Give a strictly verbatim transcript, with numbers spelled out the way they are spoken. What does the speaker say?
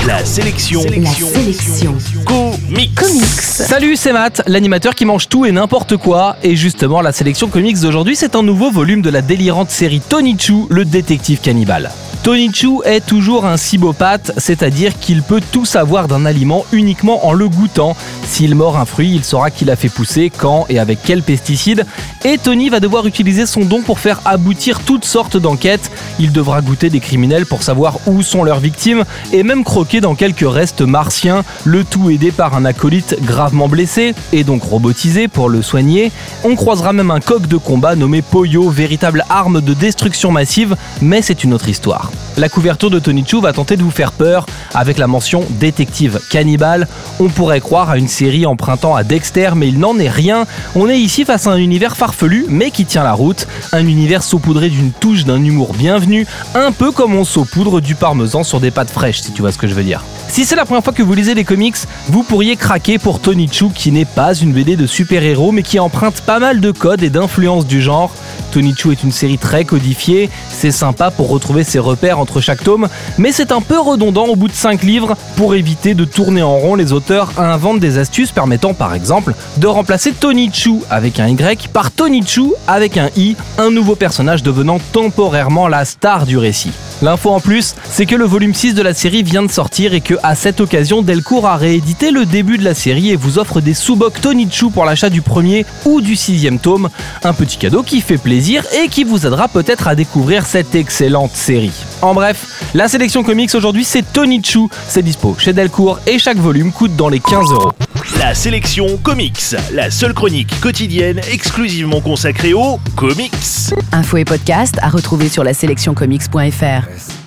La sélection. La sélection. Comics. Comics. Salut, c'est Matt, l'animateur qui mange tout et n'importe quoi. Et justement, la sélection comics d'aujourd'hui, c'est un nouveau volume de la délirante série Tonichu, le détective cannibale. Tonichu est toujours un cybopathe, c'est-à-dire qu'il peut tout savoir d'un aliment uniquement en le goûtant. S'il mord un fruit, il saura qui l'a fait pousser, quand et avec quels pesticides. Et Tony va devoir utiliser son don pour faire aboutir toutes sortes d'enquêtes. Il devra goûter des criminels pour savoir où sont leurs victimes et même croquer dans quelques restes martiens, le tout aidé par un acolyte gravement blessé et donc robotisé pour le soigner. On croisera même un coq de combat nommé Poyo, véritable arme de destruction massive, mais c'est une autre histoire. La couverture de Tonichu va tenter de vous faire peur avec la mention détective cannibale. On pourrait croire à une série empruntant à Dexter, mais il n'en est rien. On est ici face à un univers farfelu mais qui tient la route, un univers saupoudré d'une touche d'un humour bienvenu, un peu comme on saupoudre du parmesan sur des pâtes fraîches, si tu vois ce que je veux dire. Si c'est la première fois que vous lisez des comics, vous pourriez craquer pour Tonichu, qui n'est pas une B D de super-héros mais qui emprunte pas mal de codes et d'influences du genre. Tonichu est une série très codifiée, c'est sympa pour retrouver ses repères entre chaque tome, mais c'est un peu redondant au bout de cinq livres. Pour éviter de tourner en rond, les auteurs inventent des astuces permettant par exemple de remplacer Tonichu avec un Y par Tonichu avec un I, un nouveau personnage devenant temporairement la star du récit. L'info en plus, c'est que le volume six de la série vient de sortir et que, à cette occasion, Delcourt a réédité le début de la série et vous offre des sous-bocs Tonichu pour l'achat du premier ou du sixième tome. Un petit cadeau qui fait plaisir et qui vous aidera peut-être à découvrir cette excellente série. En bref, la sélection comics aujourd'hui c'est Tonichu, c'est dispo chez Delcourt et chaque volume coûte dans les quinze euros. La sélection comics, la seule chronique quotidienne exclusivement consacrée aux comics. Info et podcast à retrouver sur la sélection comics point f r.